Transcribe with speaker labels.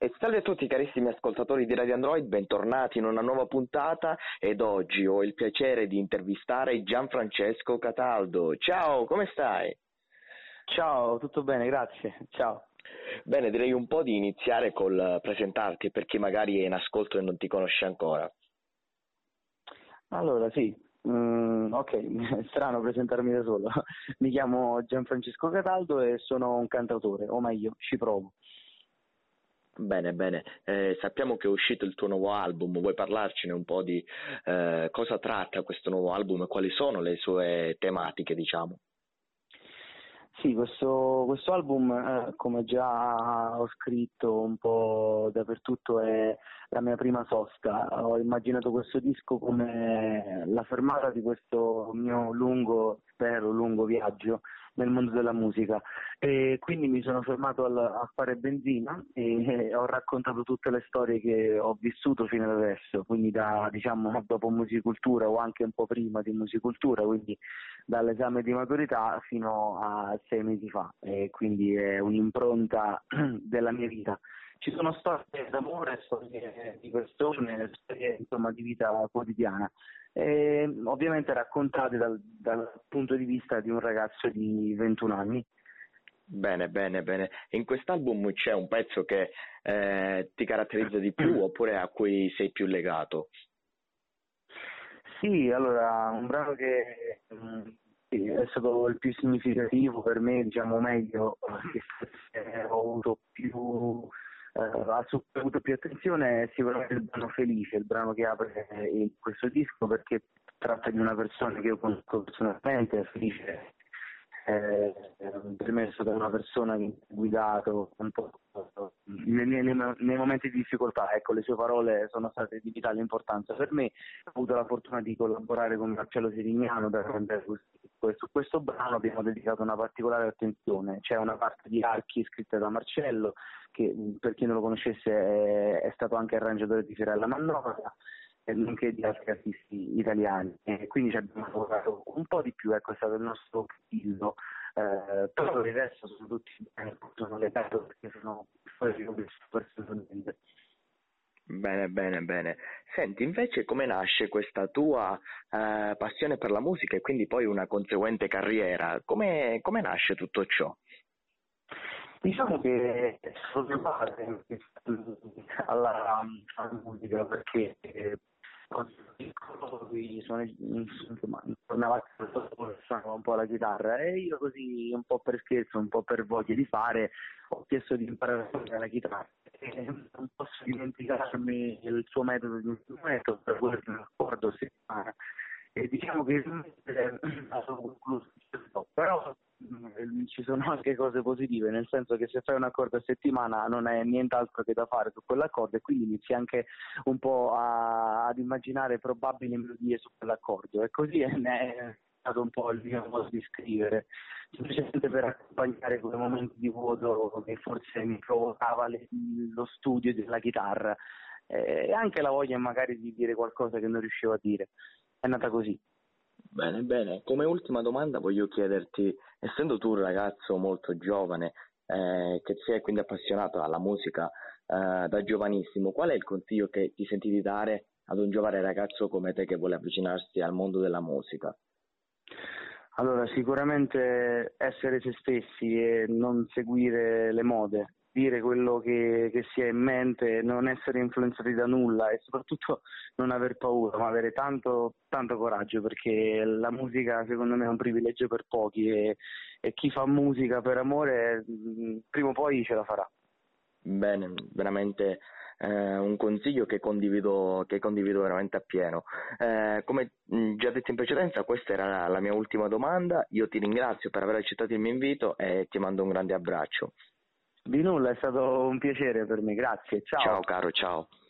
Speaker 1: E salve a tutti carissimi ascoltatori di Radio Android, bentornati in una nuova puntata ed oggi ho il piacere di intervistare Gianfrancesco Cataldo. Ciao, come stai?
Speaker 2: Ciao, tutto bene, grazie. Ciao.
Speaker 1: Bene, direi un po' di iniziare col presentarti per chi magari è in ascolto e non ti conosce ancora.
Speaker 2: Allora, sì, ok, è strano presentarmi da solo. Mi chiamo Gianfrancesco Cataldo e sono un cantautore, o meglio, ci provo.
Speaker 1: Bene, bene. Sappiamo che è uscito il tuo nuovo album, vuoi parlarcene un po' di cosa tratta questo nuovo album e quali sono le sue tematiche, diciamo?
Speaker 2: Sì, questo album, come già ho scritto un po' dappertutto, è la mia prima sosta. Ho immaginato questo disco come la fermata di questo mio spero lungo viaggio nel mondo della musica, e quindi mi sono fermato a fare benzina e ho raccontato tutte le storie che ho vissuto fino ad adesso, quindi dopo Musicultura o anche un po' prima di Musicultura, quindi dall'esame di maturità fino a 6 mesi fa, e quindi è un'impronta della mia vita. Ci sono storie d'amore, storie di persone, storie insomma di vita quotidiana, ovviamente raccontate dal punto di vista di un ragazzo di 21 anni.
Speaker 1: Bene, bene, bene. In quest'album c'è un pezzo che ti caratterizza di più oppure a cui sei più legato?
Speaker 2: Sì, allora, un brano che sì, è stato il più significativo per me, diciamo meglio, che forse ho avuto ha avuto più attenzione, è sicuramente il brano Felice, il brano che apre questo disco, perché tratta di una persona che io conosco personalmente. Felice per me è stata una persona che mi ha guidato un po' nei momenti di difficoltà. Ecco, le sue parole sono state di vitale importanza per me. Ho avuto la fortuna di collaborare con Marcello Sirignano su questo brano abbiamo dedicato una particolare attenzione. C'è una parte di archi scritta da Marcello, che per chi non lo conoscesse è stato anche arrangiatore di Fiorella Mannoia e nonché di altri artisti italiani, e quindi ci abbiamo lavorato un po' di più, ecco, è stato il nostro pillo, però per il resto sono tutti sono legato perché sono fuori personalmente.
Speaker 1: Bene, bene, bene. Senti, invece come nasce questa tua passione per la musica e quindi poi una conseguente carriera? Come nasce tutto ciò?
Speaker 2: Diciamo che sono mio padre alla musica, perché quando ero piccolo lui tornava a casa, suonava un po' la chitarra, e io così un po' per scherzo, un po' per voglia di fare, ho chiesto di imparare a suonare la chitarra, e non posso dimenticarmi il suo metodo di instrumento, per cui un accordo a settimana, e diciamo che avevo concluso, però ci sono anche cose positive, nel senso che se fai un accordo a settimana non hai nient'altro che da fare su quell'accordo, e quindi inizi anche un po' ad immaginare probabili melodie su quell'accordo, e così è stato un po' il mio modo di scrivere, semplicemente per accompagnare quei momenti di vuoto che forse mi provocava lo studio della chitarra, e anche la voglia magari di dire qualcosa che non riuscivo a dire. È nata così.
Speaker 1: Bene, bene. Come ultima domanda voglio chiederti, essendo tu un ragazzo molto giovane, che sei quindi appassionato alla musica da giovanissimo, qual è il consiglio che ti senti di dare ad un giovane ragazzo come te che vuole avvicinarsi al mondo della musica?
Speaker 2: Allora, sicuramente essere se stessi e non seguire le mode, dire quello che si ha in mente, non essere influenzati da nulla, e soprattutto non aver paura, ma avere tanto, tanto coraggio, perché la musica secondo me è un privilegio per pochi, e chi fa musica per amore prima o poi ce la farà.
Speaker 1: Bene, veramente un consiglio che condivido veramente appieno. Come già detto in precedenza, questa era la mia ultima domanda. Io ti ringrazio per aver accettato il mio invito e ti mando un grande abbraccio.
Speaker 2: Di nulla, è stato un piacere per me, grazie, ciao.
Speaker 1: Ciao caro, ciao.